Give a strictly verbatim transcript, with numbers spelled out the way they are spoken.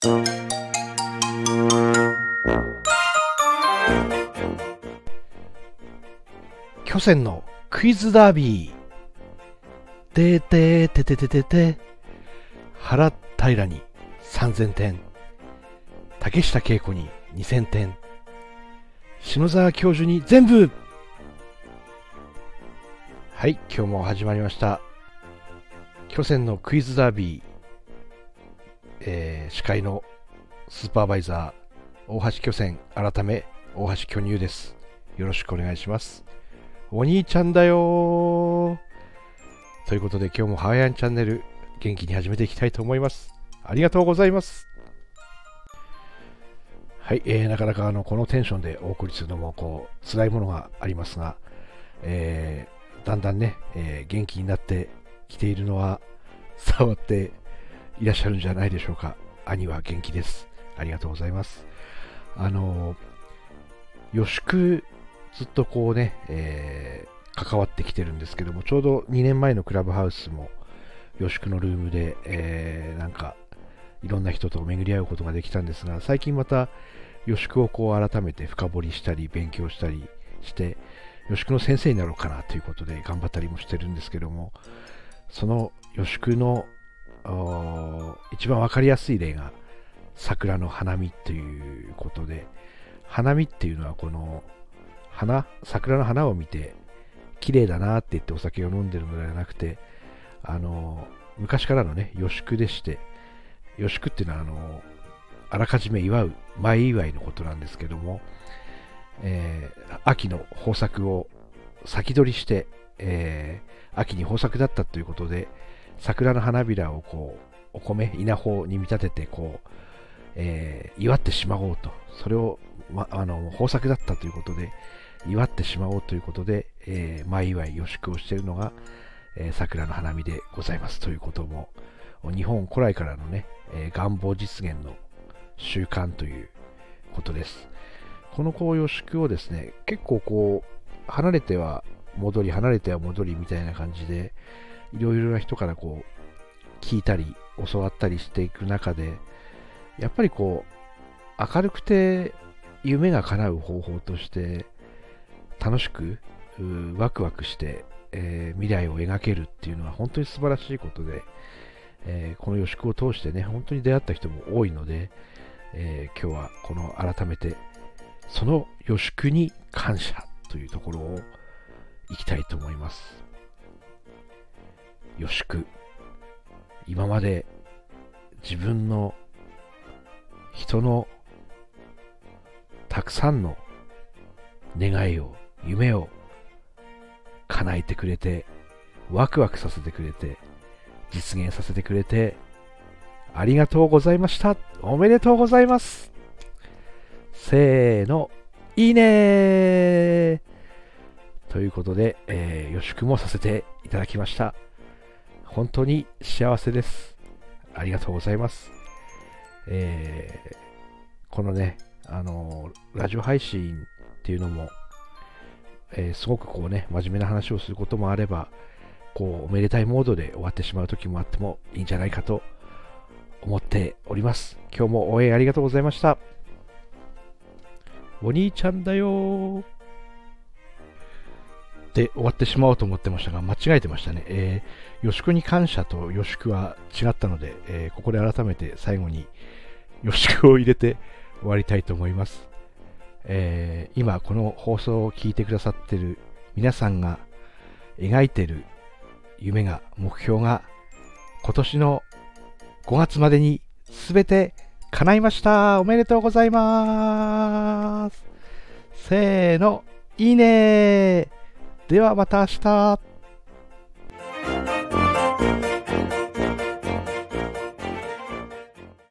巨泉のクイズダービー。てーてーててててて。原平にさんぜんてん。竹下恵子ににせんてん。篠沢教授に全部。はい、今日も始まりました。巨泉のクイズダービー。えー、司会のスーパーバイザー、大橋巨泉、改め、大橋巨乳です。よろしくお願いします。お兄ちゃんだよーということで、今日もハワイアンチャンネル、元気に始めていきたいと思います。ありがとうございます。はい、えー、なかなかあのこのテンションでお送りするのもこう辛いものがありますが、えー、だんだんね、えー、元気になってきているのは伝わっていらっしゃるんじゃないでしょうか。兄は元気です。ありがとうございます。あの予祝ずっとこうね、えー、関わってきてるんですけども、ちょうどにねんまえのクラブハウスも予祝のルームで、えー、なんかいろんな人と巡り合うことができたんですが、最近また予祝をこう改めて深掘りしたり勉強したりして予祝の先生になろうかなということで頑張ったりもしてるんですけども、その予祝の一番わかりやすい例が桜の花見ということで、花見っていうのはこの花、桜の花を見て綺麗だなって言ってお酒を飲んでるのではなくて、あの昔からのね予祝でして、予祝っていうのはあのあらかじめ祝う前祝いのことなんですけども、えー、秋の豊作を先取りして、えー、秋に豊作だったということで桜の花びらをこうお米稲穂に見立ててこう、えー、祝ってしまおうと、それを、ま、あの豊作だったということで祝ってしまおうということで、えー、前祝い予祝をしているのが、えー、桜の花見でございますということも、日本古来からのね、えー、願望実現の習慣ということです。このこう予祝をですね、結構こう離れては戻り離れては戻りみたいな感じでいろいろな人からこう聞いたり教わったりしていく中で、やっぱりこう明るくて夢が叶う方法として楽しくワクワクして、えー、未来を描けるっていうのは本当に素晴らしいことで、えー、この予祝を通してね本当に出会った人も多いので、えー、今日はこの改めてその予祝に感謝というところをいきたいと思います。予祝、今まで自分の人のたくさんの願いを夢を叶えてくれて、ワクワクさせてくれて、実現させてくれてありがとうございました。おめでとうございます。せーの、いいねーということで、えー、予祝もさせていただきました。本当に幸せです。ありがとうございます。えー、このね、あのー、ラジオ配信っていうのも、えー、すごくこうね、真面目な話をすることもあれば、こう、おめでたいモードで終わってしまう時もあってもいいんじゃないかと思っております。今日も応援ありがとうございました。お兄ちゃんだよーで終わってしまおうと思ってましたが、間違えてましたね。えー、予祝に感謝と予祝は違ったので、えー、ここで改めて最後に予祝を入れて終わりたいと思います。えー、今この放送を聞いてくださっている皆さんが描いている夢が、目標が今年のごがつまでに全て叶いました。おめでとうございます。せーの、いいねー。ではまた明日。